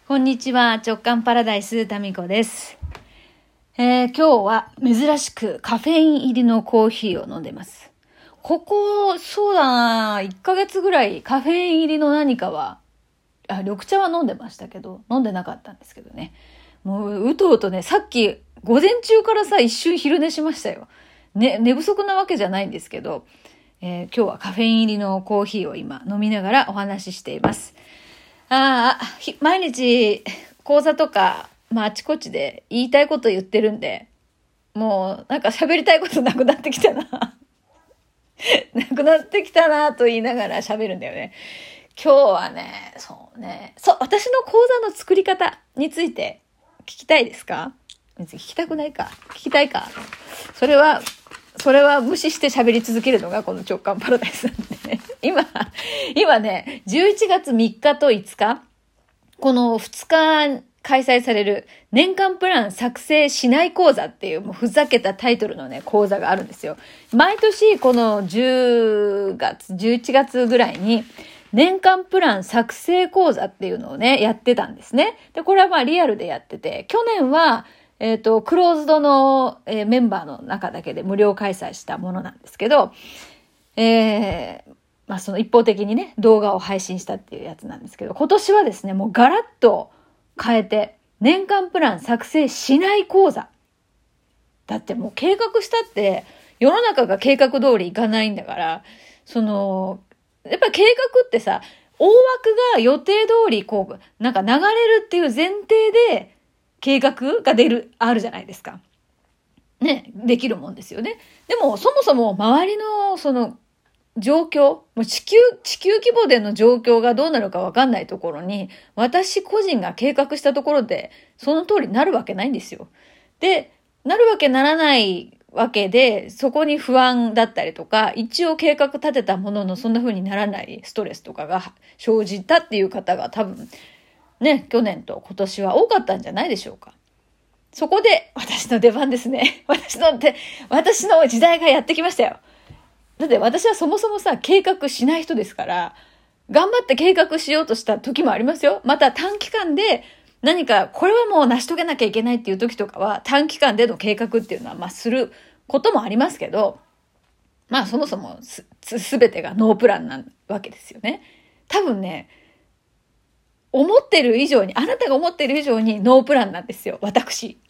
こんにちは、直感パラダイスタミコです。今日は珍しくカフェイン入りのコーヒーを飲んでます。ここ、そうだな、1ヶ月ぐらいカフェイン入りの何かは、緑茶は飲んでましたけど、飲んでなかったんですけどね。もう、うとうとね、さっき午前中から一瞬昼寝しましたよ。ね、寝不足なわけじゃないんですけど、今日はカフェイン入りのコーヒーを今飲みながらお話ししています。毎日講座とか、あちこちで言いたいこと言ってるんで、もうなんか喋りたいことなくなってきたな。なくなってきたなと言いながら喋るんだよね。今日はね、私の講座の作り方について聞きたいですか？別に聞きたくないか？聞きたいか？それは無視して喋り続けるのがこの直感パラダイスなんでね。今ね、11月3日と5日、この2日開催される年間プラン作成しない講座っていうもうふざけたタイトルのね、講座があるんですよ。毎年この10月、11月ぐらいに年間プラン作成講座っていうのをね、やってたんですね。で、これはリアルでやってて、去年はクローズドの、メンバーの中だけで無料開催したものなんですけど、その一方的にね、動画を配信したっていうやつなんですけど、今年はですね、もうガラッと変えて、年間プラン作成しない講座。だってもう計画したって、世の中が計画通りいかないんだから、やっぱり計画ってさ、大枠が予定通りなんか流れるっていう前提で、計画があるじゃないですか。ね、できるもんですよね。でも、そもそも周りの状況、もう地球規模での状況がどうなるかわかんないところに、私個人が計画したところで、その通りになるわけないんですよ。で、なるわけならないわけで、そこに不安だったりとか、一応計画立てたもののそんな風にならないストレスとかが生じたっていう方が多分、ね、去年と今年は多かったんじゃないでしょうか。そこで私の出番ですね。私の時代がやってきましたよ。だって私はそもそも計画しない人ですから、頑張って計画しようとした時もありますよ。また短期間で何かこれはもう成し遂げなきゃいけないっていう時とかは短期間での計画っていうのはすることもありますけど、そもそもすべてがノープランなわけですよね。多分ね、あなたが思っている以上にノープランなんですよ、私。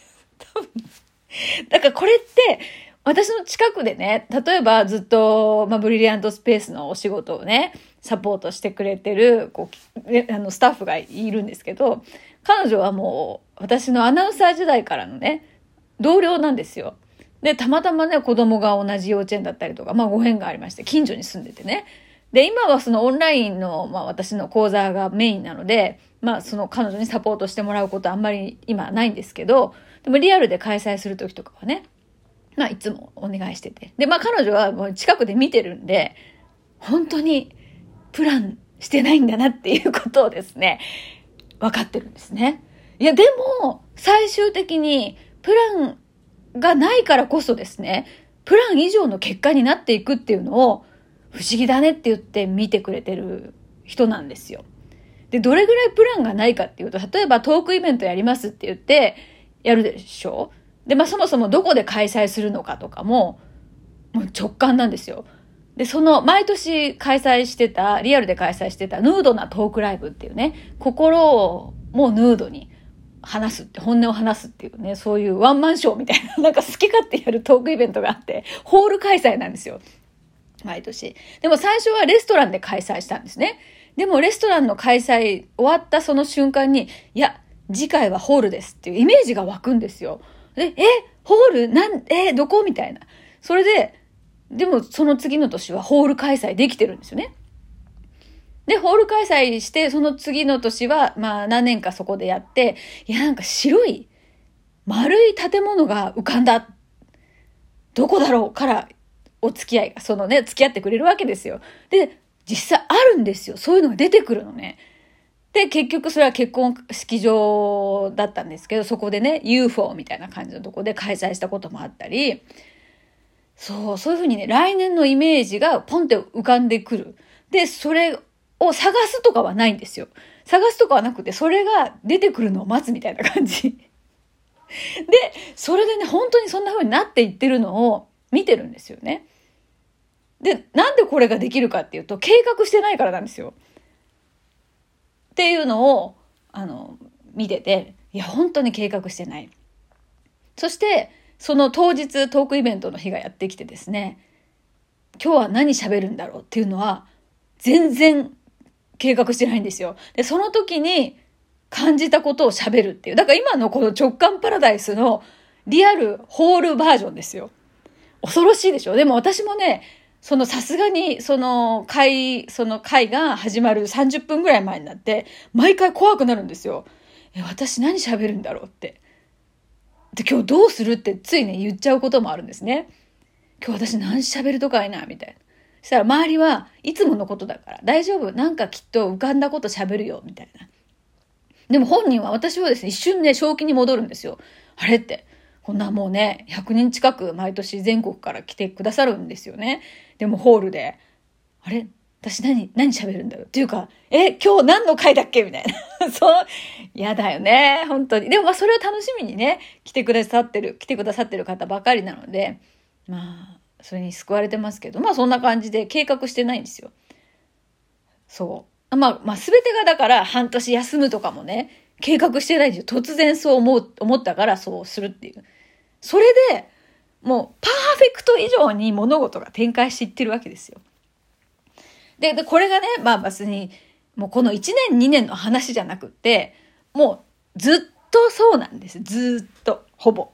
だからこれって、私の近くでね、例えばずっと、ブリリアントスペースのお仕事をね、サポートしてくれてる、スタッフがいるんですけど、彼女はもう、私のアナウンサー時代からのね、同僚なんですよ。で、たまたまね、子供が同じ幼稚園だったりとか、ご縁がありまして、近所に住んでてね。で、今はそのオンラインの、私の講座がメインなので、その彼女にサポートしてもらうことはあんまり今ないんですけど、でもリアルで開催するときとかはね、いつもお願いしてて。で、彼女はもう近くで見てるんで、本当にプランしてないんだなっていうことをですね、分かってるんですね。いや、でも、最終的にプランがないからこそですね、プラン以上の結果になっていくっていうのを、不思議だねって言って見てくれてる人なんですよ。で、どれぐらいプランがないかっていうと、例えばトークイベントやりますって言って、やるでしょ？で、そもそもどこで開催するのかとかもう直感なんですよ。で、毎年リアルで開催してたヌードなトークライブっていうね、心をもうヌードに本音を話すっていうね、そういうワンマンショーみたいな、なんか好き勝手やるトークイベントがあって、ホール開催なんですよ。毎年。でも最初はレストランで開催したんですね。でもレストランの開催終わったその瞬間に、いや、次回はホールですっていうイメージが湧くんですよ。で、ホールどこみたいな。それで、でもその次の年はホール開催できてるんですよね。で、ホール開催して、その次の年は、何年かそこでやって、いや、なんか白い、丸い建物が浮かんだ。どこだろうからお付き合いが、付き合ってくれるわけですよ。で、実際あるんですよ。そういうのが出てくるのね。で、結局それは結婚式場だったんですけど、そこでね、UFO みたいな感じのとこで開催したこともあったり、そういうふうにね、来年のイメージがポンって浮かんでくる。で、それを探すとかはないんですよ。 探すとかはなくて、それが出てくるのを待つみたいな感じ。で、それでね、本当にそんな風になっていってるのを見てるんですよね。で、なんでこれができるかっていうと、計画してないからなんですよ。っていうのを、見てて、いや、本当に計画してない。そして、その当日、トークイベントの日がやってきてですね、今日は何喋るんだろうっていうのは、全然計画してないんですよ。で、その時に感じたことを喋るっていう。だから今のこの直感パラダイスのリアルホールバージョンですよ。恐ろしいでしょ。でも私もね、さすがにその会が始まる30分ぐらい前になって、毎回怖くなるんですよ。私何喋るんだろうって。で、今日どうするってついね言っちゃうこともあるんですね。今日私何喋るとかいなみたいな。そしたら周りはいつものことだから大丈夫。なんかきっと浮かんだこと喋るよみたいな。でも本人は私はですね、一瞬ね、正気に戻るんですよ。あれって。こんなもうね、100人近く毎年全国から来てくださるんですよね。でもホールで、あれ私何喋るんだろうっていうか、今日何の回だっけみたいな。そう、嫌だよね。本当に。でもそれを楽しみにね、来てくださってる方ばかりなので、それに救われてますけど、そんな感じで計画してないんですよ。そう。全てがだから半年休むとかもね、計画してないんですよ。突然そう思ったからそうするっていう。それで、もうパーフェクト以上に物事が展開していってるわけですよ。で、これがね、別に、もうこの1年2年の話じゃなくって、もうずっとそうなんです。ずっと、ほぼ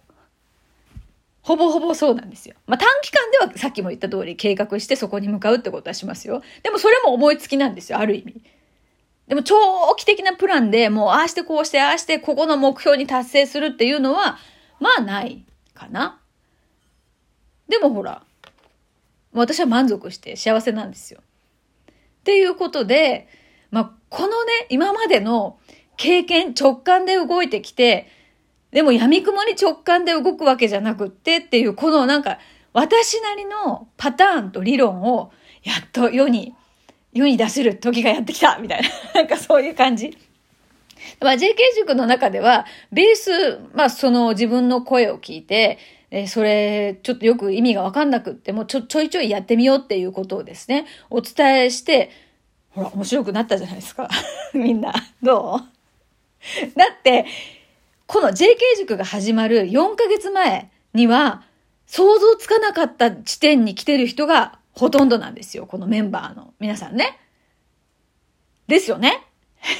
そうなんですよ。短期間ではさっきも言った通り計画してそこに向かうってことはしますよ。でもそれも思いつきなんですよ、ある意味。でも長期的なプランでもうああしてこうしてああしてここの目標に達成するっていうのは、ないかな。でもほら、私は満足して幸せなんですよ。っていうことで、このね、今までの経験、直感で動いてきて、でも闇雲に直感で動くわけじゃなくってっていう、この私なりのパターンと理論をやっと世に出せる時がやってきたみたいな、そういう感じ。JK 塾の中では、ベース、自分の声を聞いて、それ、ちょっとよく意味がわかんなくっても、ちょいちょいやってみようっていうことをですね、お伝えして、ほら、面白くなったじゃないですか。みんな。どう？だって、この JK 塾が始まる4ヶ月前には、想像つかなかった地点に来てる人がほとんどなんですよ。このメンバーの皆さんね。ですよね。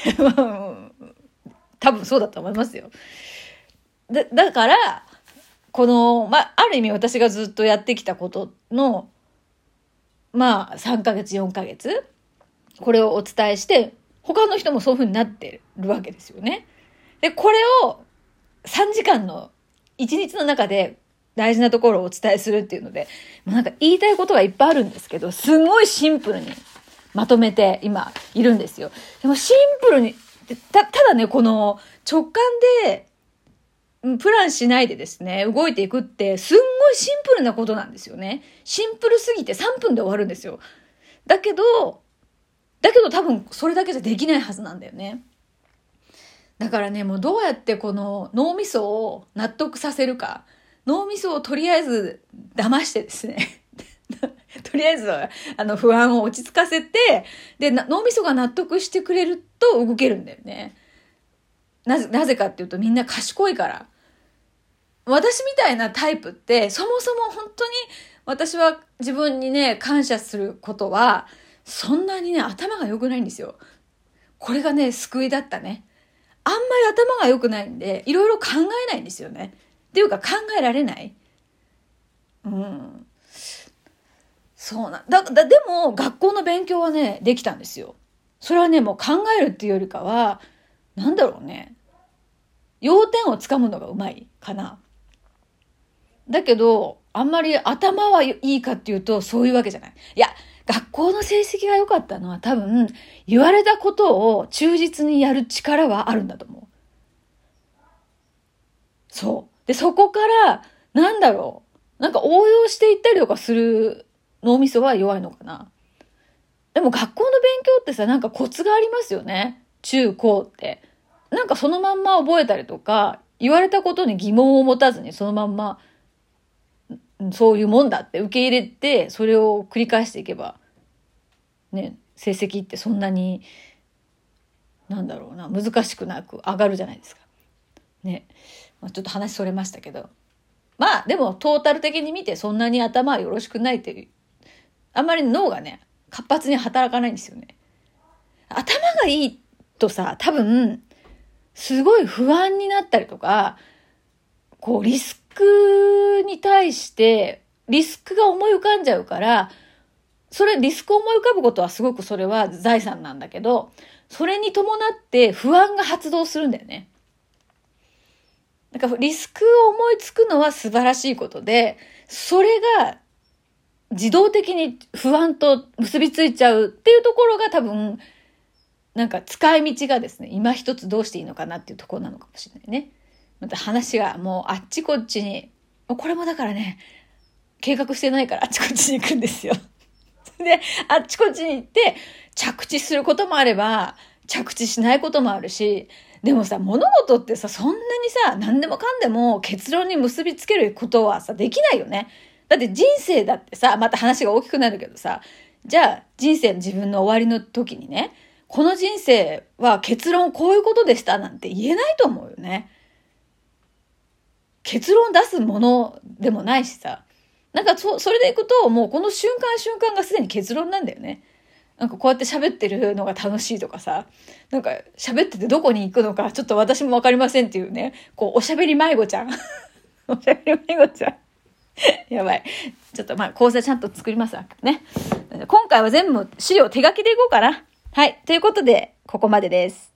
多分そうだと思いますよ。だから、この、ある意味私がずっとやってきたことの、3ヶ月、4ヶ月、これをお伝えして、他の人もそういう風になってるわけですよね。で、これを3時間の1日の中で大事なところをお伝えするっていうので、言いたいことがいっぱいあるんですけど、すごいシンプルにまとめて今いるんですよ。でもシンプルに、ただね、この直感でプランしないでですね、動いていくってすんごいシンプルなことなんですよね。シンプルすぎて3分で終わるんですよ。だけど多分それだけじゃできないはずなんだよね。だからね、もうどうやってこの脳みそを納得させるか。脳みそをとりあえず騙してですね。とりあえず不安を落ち着かせて、で、脳みそが納得してくれると動けるんだよね。なぜかっていうとみんな賢いから。私みたいなタイプってそもそも本当に私は自分にね、感謝することはそんなにね、頭が良くないんですよ。これがね、救いだったね。あんまり頭が良くないんで、いろいろ考えないんですよね。っていうか考えられない。そうでも学校の勉強はね、できたんですよ。それはね、もう考えるっていうよりかは、要点をつかむのがうまいかな。だけど、あんまり頭はいいかっていうと、そういうわけじゃない。いや、学校の成績が良かったのは多分、言われたことを忠実にやる力はあるんだと思う。そう。で、そこから、応用していったりとかする脳みそは弱いのかな。でも学校の勉強ってさ、コツがありますよね。 中高って、なんかそのまんま覚えたりとか、言われたことに疑問を持たずにそのまんま、そういうもんだって受け入れて、それを繰り返していけば、ね、成績ってそんなに、なんだろうな、難しくなく上がるじゃないですか。ね。ちょっと話それましたけど。まあ、でもトータル的に見てそんなに頭はよろしくないっていう、あんまり脳がね、活発に働かないんですよね。頭がいいとさ、多分、すごい不安になったりとか、こう、リスクに対して、リスクが思い浮かんじゃうから、リスクを思い浮かぶことはすごくそれは財産なんだけど、それに伴って不安が発動するんだよね。だからリスクを思いつくのは素晴らしいことで、それが自動的に不安と結びついちゃうっていうところが多分、なんか使い道がですね、今一つどうしていいのかなっていうところなのかもしれないね。また話がもうあっちこっちに、これもだからね、計画してないからあっちこっちに行くんですよ。で、あっちこっちに行って着地することもあれば、着地しないこともあるし、でもさ、物事ってさ、そんなにさ、何でもかんでも結論に結びつけることはさ、できないよね。だって人生だってさ、また話が大きくなるけどさ、じゃあ人生の自分の終わりの時にね、この人生は結論こういうことでしたなんて言えないと思うよね。結論出すものでもないしさ。なんかそれでいくと、もうこの瞬間瞬間がすでに結論なんだよね。なんかこうやって喋ってるのが楽しいとかさ、なんか喋っててどこに行くのかちょっと私もわかりませんっていうね、こうおしゃべり迷子ちゃん。おしゃべり迷子ちゃん。やばい。ちょっと構成ちゃんと作りますわね。今回は全部資料手書きでいこうかな。はい。ということで、ここまでです。